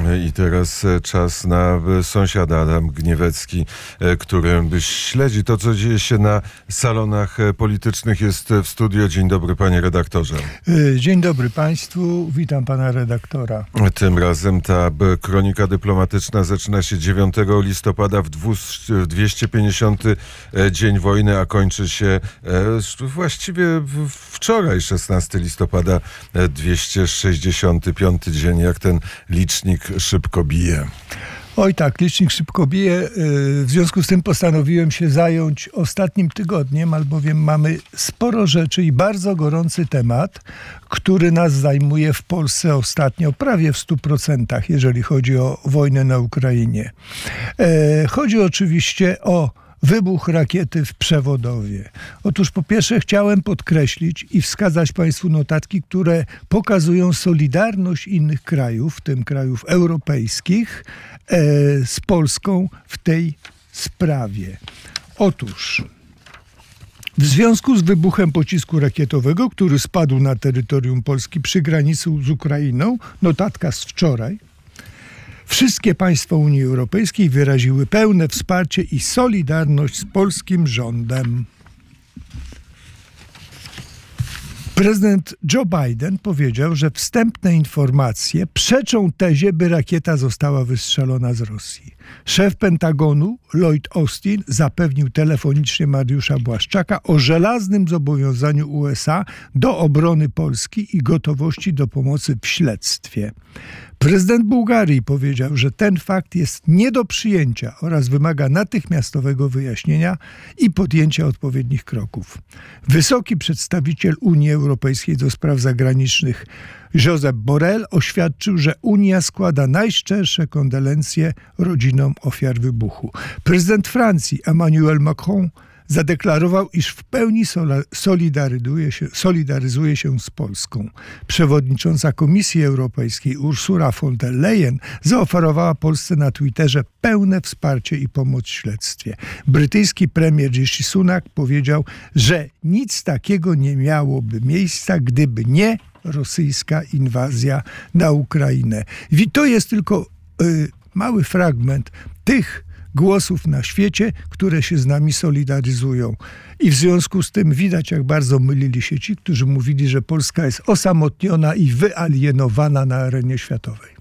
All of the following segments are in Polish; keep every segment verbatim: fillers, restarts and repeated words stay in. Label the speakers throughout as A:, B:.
A: I teraz czas na sąsiada Adam Gniewecki, który śledzi to, co dzieje się na salonach politycznych. Jest w studio. Dzień dobry, panie redaktorze.
B: Dzień dobry państwu. Witam pana redaktora.
A: Tym razem ta kronika dyplomatyczna zaczyna się dziewiątego listopada w dwieście pięćdziesiąty dzień wojny, a kończy się właściwie wczoraj, szesnastego listopada, dwieście sześćdziesiąty piąty dzień. Jak ten licznik szybko bije.
B: Oj tak, licznik szybko bije. W związku z tym postanowiłem się zająć ostatnim tygodniem, albowiem mamy sporo rzeczy i bardzo gorący temat, który nas zajmuje w Polsce ostatnio prawie w stu procentach, jeżeli chodzi o wojnę na Ukrainie. Chodzi oczywiście o wybuch rakiety w Przewodowie. Otóż po pierwsze chciałem podkreślić i wskazać państwu notatki, które pokazują solidarność innych krajów, w tym krajów europejskich, e, z Polską w tej sprawie. Otóż w związku z wybuchem pocisku rakietowego, który spadł na terytorium Polski przy granicy z Ukrainą, notatka z wczoraj, wszystkie państwa Unii Europejskiej wyraziły pełne wsparcie i solidarność z polskim rządem. Prezydent Joe Biden powiedział, że wstępne informacje przeczą tezie, by rakieta została wystrzelona z Rosji. Szef Pentagonu Lloyd Austin zapewnił telefonicznie Mariusza Błaszczaka o żelaznym zobowiązaniu U S A do obrony Polski i gotowości do pomocy w śledztwie. Prezydent Bułgarii powiedział, że ten fakt jest nie do przyjęcia oraz wymaga natychmiastowego wyjaśnienia i podjęcia odpowiednich kroków. Wysoki przedstawiciel Unii Europejskiej do spraw zagranicznych Josep Borrell oświadczył, że Unia składa najszczersze kondolencje rodzinom ofiar wybuchu. Prezydent Francji Emmanuel Macron zadeklarował, iż w pełni solidaryzuje się, solidaryzuje się z Polską. Przewodnicząca Komisji Europejskiej Ursula von der Leyen zaoferowała Polsce na Twitterze pełne wsparcie i pomoc w śledztwie. Brytyjski premier Rishi Sunak powiedział, że nic takiego nie miałoby miejsca, gdyby nie rosyjska inwazja na Ukrainę. I to jest tylko y, mały fragment tych głosów na świecie, które się z nami solidaryzują. I w związku z tym widać, jak bardzo mylili się ci, którzy mówili, że Polska jest osamotniona i wyalienowana na arenie światowej.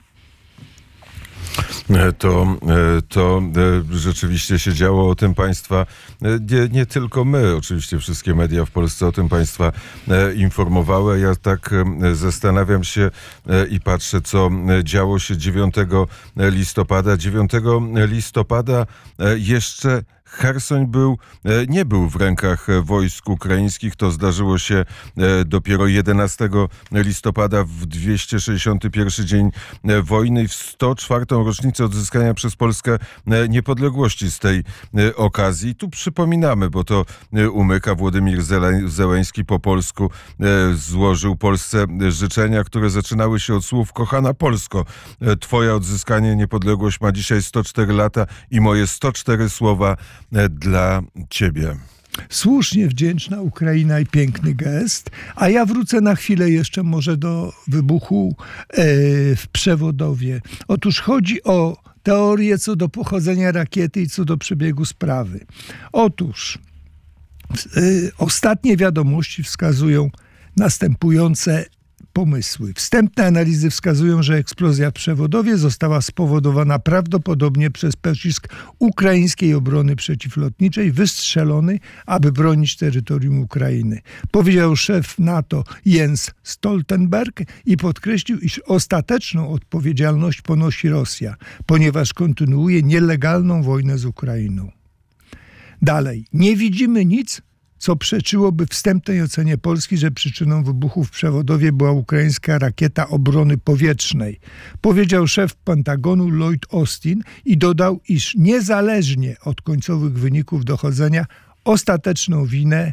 A: To, to rzeczywiście się działo, o tym państwa, nie, nie tylko my, oczywiście wszystkie media w Polsce o tym państwa informowały. Ja tak zastanawiam się i patrzę, co działo się dziewiątego listopada. dziewiątego listopada jeszcze Chersoń był, nie był w rękach wojsk ukraińskich. To zdarzyło się dopiero jedenastego listopada w dwieście sześćdziesiąty pierwszy dzień wojny i w sto czwartą rocznicę odzyskania przez Polskę niepodległości z tej okazji. Tu przypominamy, bo to umyka, Włodymir Zełenski po polsku złożył Polsce życzenia, które zaczynały się od słów: kochana Polsko, twoje odzyskanie niepodległość ma dzisiaj sto cztery lata i moje sto cztery słowa dla ciebie.
B: Słusznie wdzięczna Ukraina i piękny gest. A ja wrócę na chwilę jeszcze może do wybuchu e, w Przewodowie. Otóż chodzi o teorię co do pochodzenia rakiety i co do przebiegu sprawy. Otóż e, ostatnie wiadomości wskazują następujące pomysły. Wstępne analizy wskazują, że eksplozja w Przewodowie została spowodowana prawdopodobnie przez pocisk ukraińskiej obrony przeciwlotniczej wystrzelony, aby bronić terytorium Ukrainy. Powiedział szef NATO Jens Stoltenberg i podkreślił, iż ostateczną odpowiedzialność ponosi Rosja, ponieważ kontynuuje nielegalną wojnę z Ukrainą. Dalej, nie widzimy nic, co przeczyłoby wstępnej ocenie Polski, że przyczyną wybuchu w Przewodowie była ukraińska rakieta obrony powietrznej. Powiedział szef Pentagonu Lloyd Austin i dodał, iż niezależnie od końcowych wyników dochodzenia ostateczną winę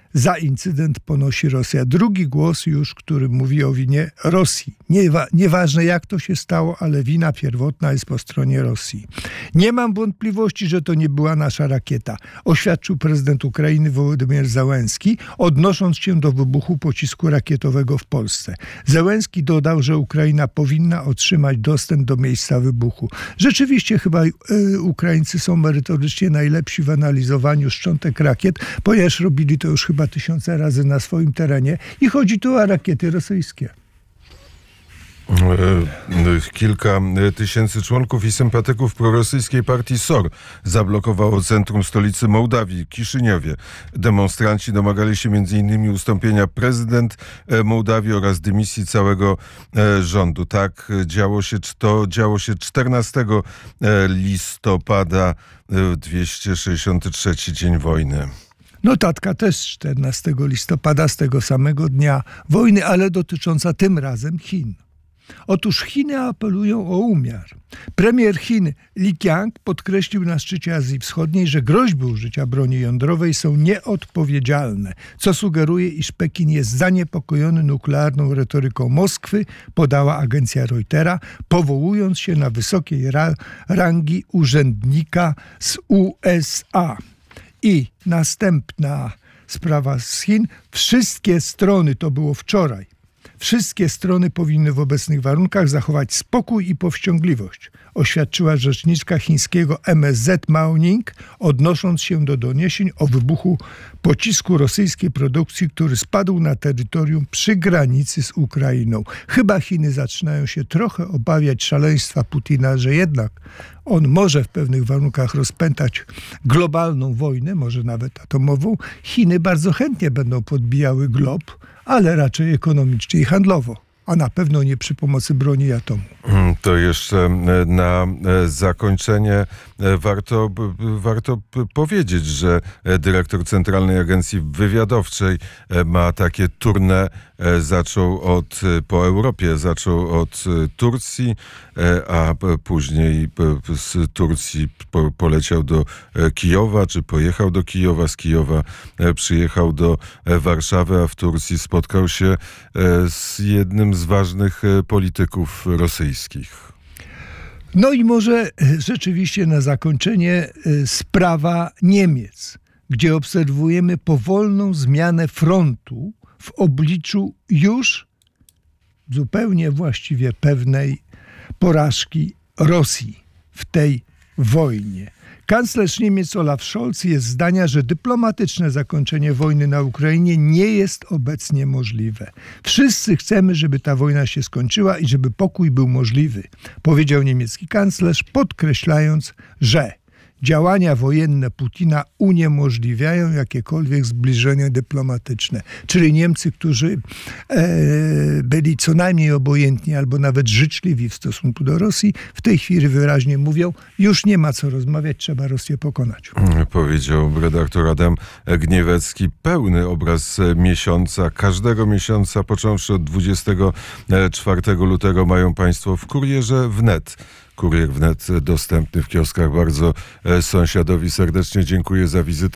B: Za incydent ponosi Rosja. Drugi głos już, który mówi o winie Rosji. Niewa- nieważne jak to się stało, ale wina pierwotna jest po stronie Rosji. Nie mam wątpliwości, że to nie była nasza rakieta, oświadczył prezydent Ukrainy Wołodymyr Zełenski, odnosząc się do wybuchu pocisku rakietowego w Polsce. Zełenski dodał, że Ukraina powinna otrzymać dostęp do miejsca wybuchu. Rzeczywiście chyba y, Ukraińcy są merytorycznie najlepsi w analizowaniu szczątek rakiet, ponieważ robili to już chyba tysiące razy na swoim terenie i chodzi tu o rakiety rosyjskie.
A: Kilka tysięcy członków i sympatyków prorosyjskiej partii S O R zablokowało centrum stolicy Mołdawii, Kiszyniowie. Demonstranci domagali się między innymi ustąpienia prezydent Mołdawii oraz dymisji całego rządu. Tak działo się, to działo się czternastego listopada, dwieście sześćdziesiąty trzeci dzień wojny.
B: Notatka też z czternastego listopada, z tego samego dnia wojny, ale dotycząca tym razem Chin. Otóż Chiny apelują o umiar. Premier Chin Li Qiang podkreślił na szczycie Azji Wschodniej, że groźby użycia broni jądrowej są nieodpowiedzialne, co sugeruje, iż Pekin jest zaniepokojony nuklearną retoryką Moskwy, podała agencja Reutera, powołując się na wysokiej ra- rangi urzędnika z U S A. I następna sprawa z Chin. Wszystkie strony, to było wczoraj, wszystkie strony powinny w obecnych warunkach zachować spokój i powściągliwość, oświadczyła rzeczniczka chińskiego M S Z Mao Ning, odnosząc się do doniesień o wybuchu pocisku rosyjskiej produkcji, który spadł na terytorium przy granicy z Ukrainą. Chyba Chiny zaczynają się trochę obawiać szaleństwa Putina, że jednak on może w pewnych warunkach rozpętać globalną wojnę, może nawet atomową. Chiny bardzo chętnie będą podbijały glob, ale raczej ekonomicznie i handlowo, a na pewno nie przy pomocy broni atomu.
A: To jeszcze na zakończenie warto, warto powiedzieć, że dyrektor Centralnej Agencji Wywiadowczej ma takie tournée, zaczął od, po Europie, zaczął od Turcji, a później z Turcji poleciał do Kijowa, czy pojechał do Kijowa, z Kijowa przyjechał do Warszawy, a w Turcji spotkał się z jednym z ważnych polityków rosyjskich.
B: No i może rzeczywiście na zakończenie sprawa Niemiec, gdzie obserwujemy powolną zmianę frontu w obliczu już zupełnie właściwie pewnej porażki Rosji w tej wojnie. Kanclerz Niemiec Olaf Scholz jest zdania, że dyplomatyczne zakończenie wojny na Ukrainie nie jest obecnie możliwe. Wszyscy chcemy, żeby ta wojna się skończyła i żeby pokój był możliwy, powiedział niemiecki kanclerz, podkreślając, że działania wojenne Putina uniemożliwiają jakiekolwiek zbliżenie dyplomatyczne. Czyli Niemcy, którzy e, byli co najmniej obojętni albo nawet życzliwi w stosunku do Rosji, w tej chwili wyraźnie mówią, już nie ma co rozmawiać, trzeba Rosję pokonać.
A: Powiedział redaktor Adam Gniewecki. Pełny obraz miesiąca, każdego miesiąca, począwszy od dwudziestego czwartego lutego, mają Państwo w Kurierze Wnet. Kurier Wnet dostępny w kioskach. Bardzo sąsiadowi serdecznie dziękuję za wizytę.